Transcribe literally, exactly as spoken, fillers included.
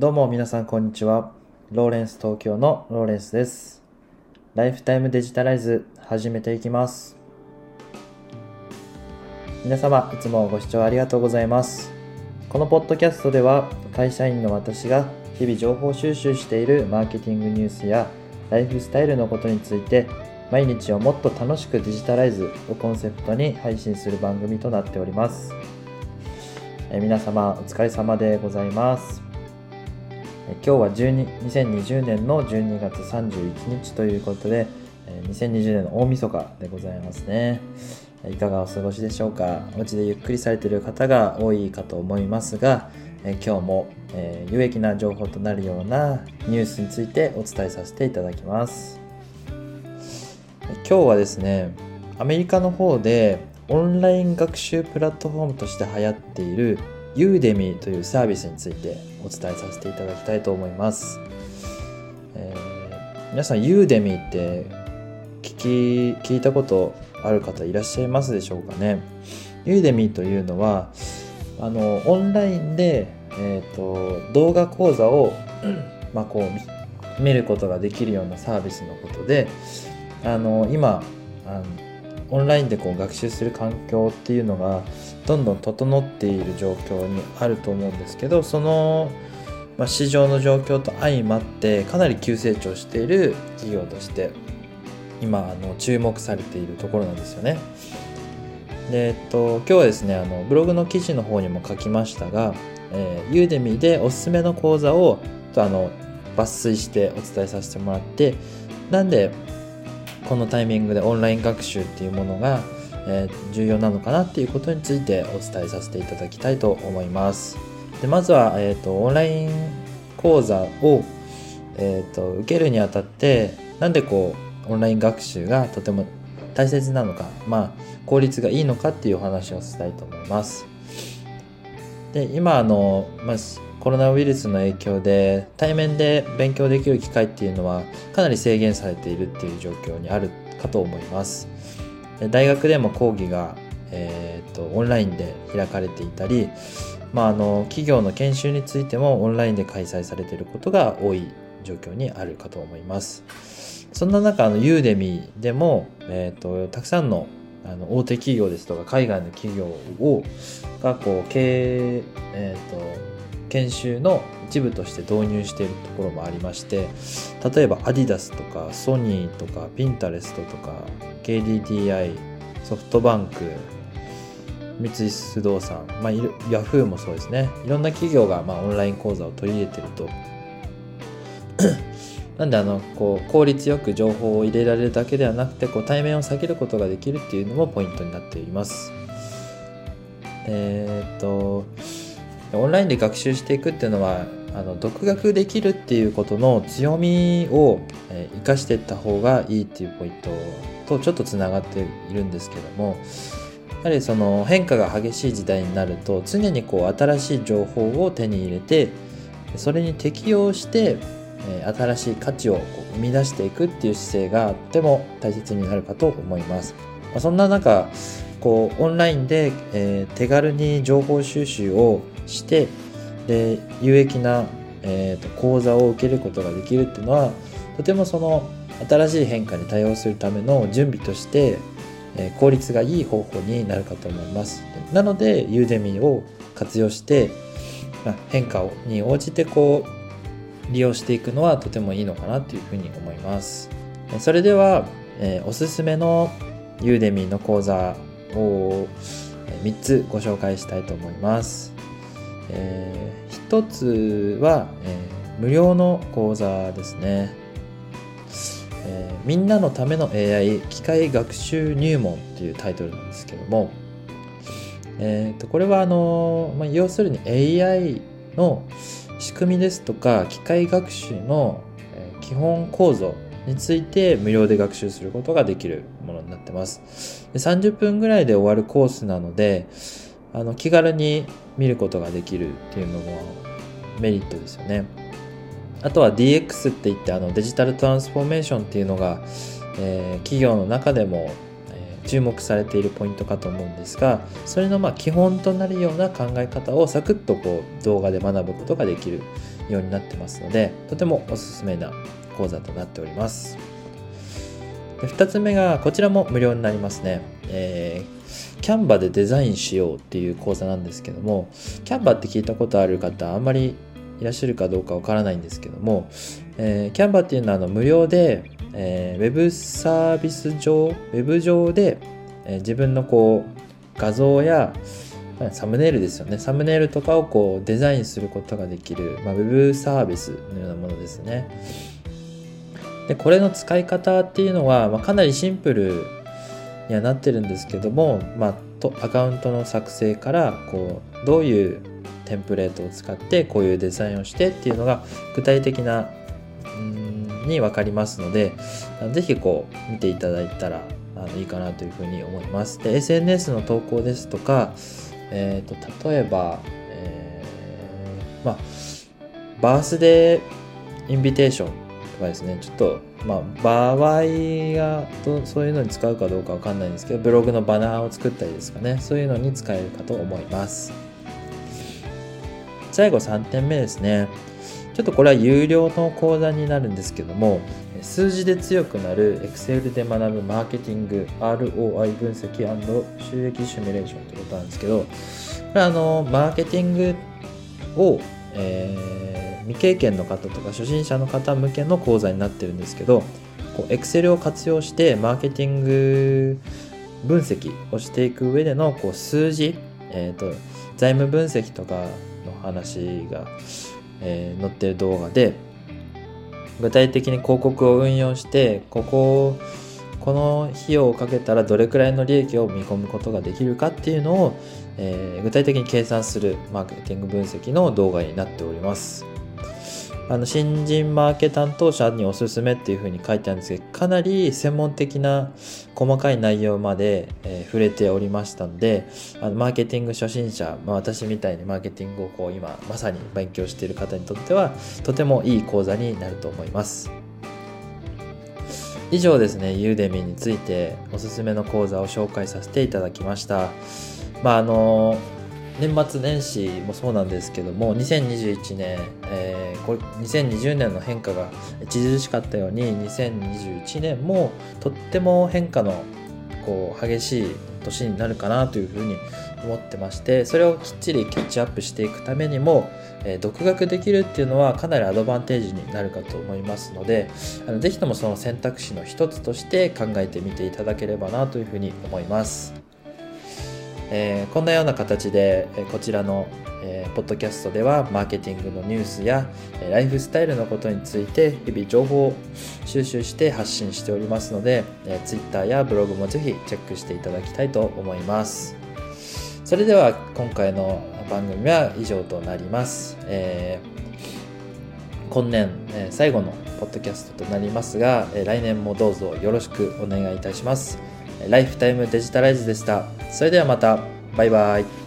どうも皆さんこんにちは。ローレンス東京のローレンスです。ライフタイムデジタライズ始めていきます。皆様いつもご視聴ありがとうございます。このポッドキャストでは会社員の私が日々情報収集しているマーケティングニュースやライフスタイルのことについて毎日をもっと楽しくデジタライズをコンセプトに配信する番組となっております。え皆様お疲れ様でございます。今日はじゅうに にせんにじゅうねんのじゅうにがつさんじゅういちにちということで、にせんにじゅうねんの大晦日でございますね。いかがお過ごしでしょうか。お家でゆっくりされている方が多いかと思いますが、今日も有益な情報となるようなニュースについてお伝えさせていただきます。今日はですね、アメリカの方でオンライン学習プラットフォームとして流行っているユーデミーというサービスについてお伝えさせていただきたいと思います。えー、皆さんユーデミーって聞き聞いたことある方いらっしゃいますでしょうかね。ユーデミーというのはあのオンラインで、えーと、動画講座を、まあ、こう見ることができるようなサービスのことで、あの今あのオンラインでこう学習する環境っていうのがどんどん整っている状況にあると思うんですけど、その、まあ、市場の状況と相まってかなり急成長している企業として今あの注目されているところなんですよね。で、えっと、今日はですねあのブログの記事の方にも書きましたが、えー、ユーデミーでおすすめの講座をあの抜粋してお伝えさせてもらって、なんでこのタイミングでオンライン学習っていうものがえー、重要なのかなっていうことについてお伝えさせていただきたいと思います。でまずは、えーと、オンライン講座を、えーと、受けるにあたってなんでこうオンライン学習がとても大切なのか、まあ、効率がいいのかっていうお話をしたいと思います。で今あの、まあ、コロナウイルスの影響で対面で勉強できる機会っていうのはかなり制限されているっていう状況にあるかと思います。大学でも講義が、えー、とオンラインで開かれていたり、まあ、あの企業の研修についてもオンラインで開催されていることが多い状況にあるかと思います。そんな中あのユーデミーでも、えー、とたくさんの、あの大手企業ですとか海外の企業をがこう経営、えー、と研修の一部として導入しているところもありまして、例えばアディダスとかソニーとかピンタレストとか ケーディーティーアイ、ソフトバンク、三井不動産、まあ、ヤフーもそうですね。いろんな企業がまあオンライン講座を取り入れているとなんであのこう効率よく情報を入れられるだけではなくてこう対面を避けることができるっていうのもポイントになっています。えー、っとオンラインで学習していくっていうのはあの独学できるっていうことの強みを、えー、生かしていった方がいいっていうポイントとちょっとつながっているんですけども、やはりその変化が激しい時代になると常にこう新しい情報を手に入れてそれに適応して、えー、新しい価値をこう生み出していくっていう姿勢がとても大切になるかと思います。まあ、そんな中こうオンラインで、えー、手軽に情報収集をしてで有益な、えー、と講座を受けることができるっていうのはとてもその新しい変化に対応するための準備として、えー、効率がいい方法になるかと思います。なのでユーデミーを活用して、まあ、変化に応じてこう利用していくのはとてもいいのかなというふうに思います。それでは、えー、おすすめのユーデミーの講座をみっつご紹介したいと思います。えー、ひとつは、えー、無料の講座ですね、えー。みんなのための エーアイ 機械学習入門というタイトルなんですけども、えー、とこれはあの、まあ、要するに エーアイ の仕組みですとか機械学習の、えー、基本構造について無料で学習することができるものになってます。でさんじゅっぷんぐらいで終わるコースなのであの気軽に見ることができるっていうのもメリットですよね。あとは ディーエックス っていってあのデジタルトランスフォーメーションっていうのが、えー、企業の中でも、えー、注目されているポイントかと思うんですが、それのまあ基本となるような考え方をサクッとこう動画で学ぶことができるようになってますので、とてもおすすめな講座となっております。でふたつめがこちらも無料になりますね。えー、キャンバでデザインしようっていう講座なんですけども、キャンバって聞いたことある方あんまりいらっしゃるかどうかわからないんですけども、えー、キャンバっていうのはあの無料で、えー、ウェブサービス上、ウェブ上で、えー、自分のこう画像やサムネイルですよね。サムネイルとかをこうデザインすることができる、まあ、ウェブサービスのようなものですね。で、これの使い方っていうのは、まあ、かなりシンプルにはなってるんですけども、まあ、とアカウントの作成からこうどういうテンプレートを使ってこういうデザインをしてっていうのが具体的なうんに分かりますので、ぜひこう見ていただいたらあのいいかなというふうに思います。で エスエヌエス の投稿ですとか、えー、と例えば、えー、まあバースデーインビテーションとかですね、ちょっとまあ場合がどそういうのに使うかどうかわかんないんですけど、ブログのバナーを作ったりですかね、そういうのに使えるかと思います。最後さんてんめですね。ちょっとこれは有料の講座になるんですけども、数字で強くなる Excel で学ぶマーケティング アールオーアイ 分析&収益シミュレーションということなんですけど、これはあのマーケティングを、えー、未経験の方とか初心者の方向けの講座になってるんですけど、こう Excel を活用してマーケティング分析をしていく上でのこう数字、えーと、財務分析とかの話が、えー、載っている動画で、具体的に広告を運用してこここの費用をかけたらどれくらいの利益を見込むことができるかっていうのを、えー、具体的に計算するマーケティング分析の動画になっております。あの新人マーケ担当者におすすめっていう風に書いてあるんですけど、かなり専門的な細かい内容まで、えー、触れておりましたので、あのマーケティング初心者、まあ、私みたいにマーケティングをこう今まさに勉強している方にとってはとてもいい講座になると思います。以上ですね、ユーデミーについておすすめの講座を紹介させていただきました。まああの年末年始もそうなんですけども、にせんにじゅういちねん、えー、これにせんにじゅうねんの変化が著しかったように、にせんにじゅういちねんもとっても変化のこう激しい年になるかなというふうに思ってまして、それをきっちりキャッチアップしていくためにも、えー、独学できるっていうのはかなりアドバンテージになるかと思いますので、あのぜひともその選択肢の一つとして考えてみていただければなというふうに思います。えー、こんなような形で、えー、こちらの、えー、ポッドキャストではマーケティングのニュースや、えー、ライフスタイルのことについて日々情報を収集して発信しておりますので、えー、Twitter やブログもぜひチェックしていただきたいと思います。それでは今回の番組は以上となります。えー、今年、えー、最後のポッドキャストとなりますが、えー、来年もどうぞよろしくお願いいたします。ライフタイムデジタライズでした。それではまた。バイバイ。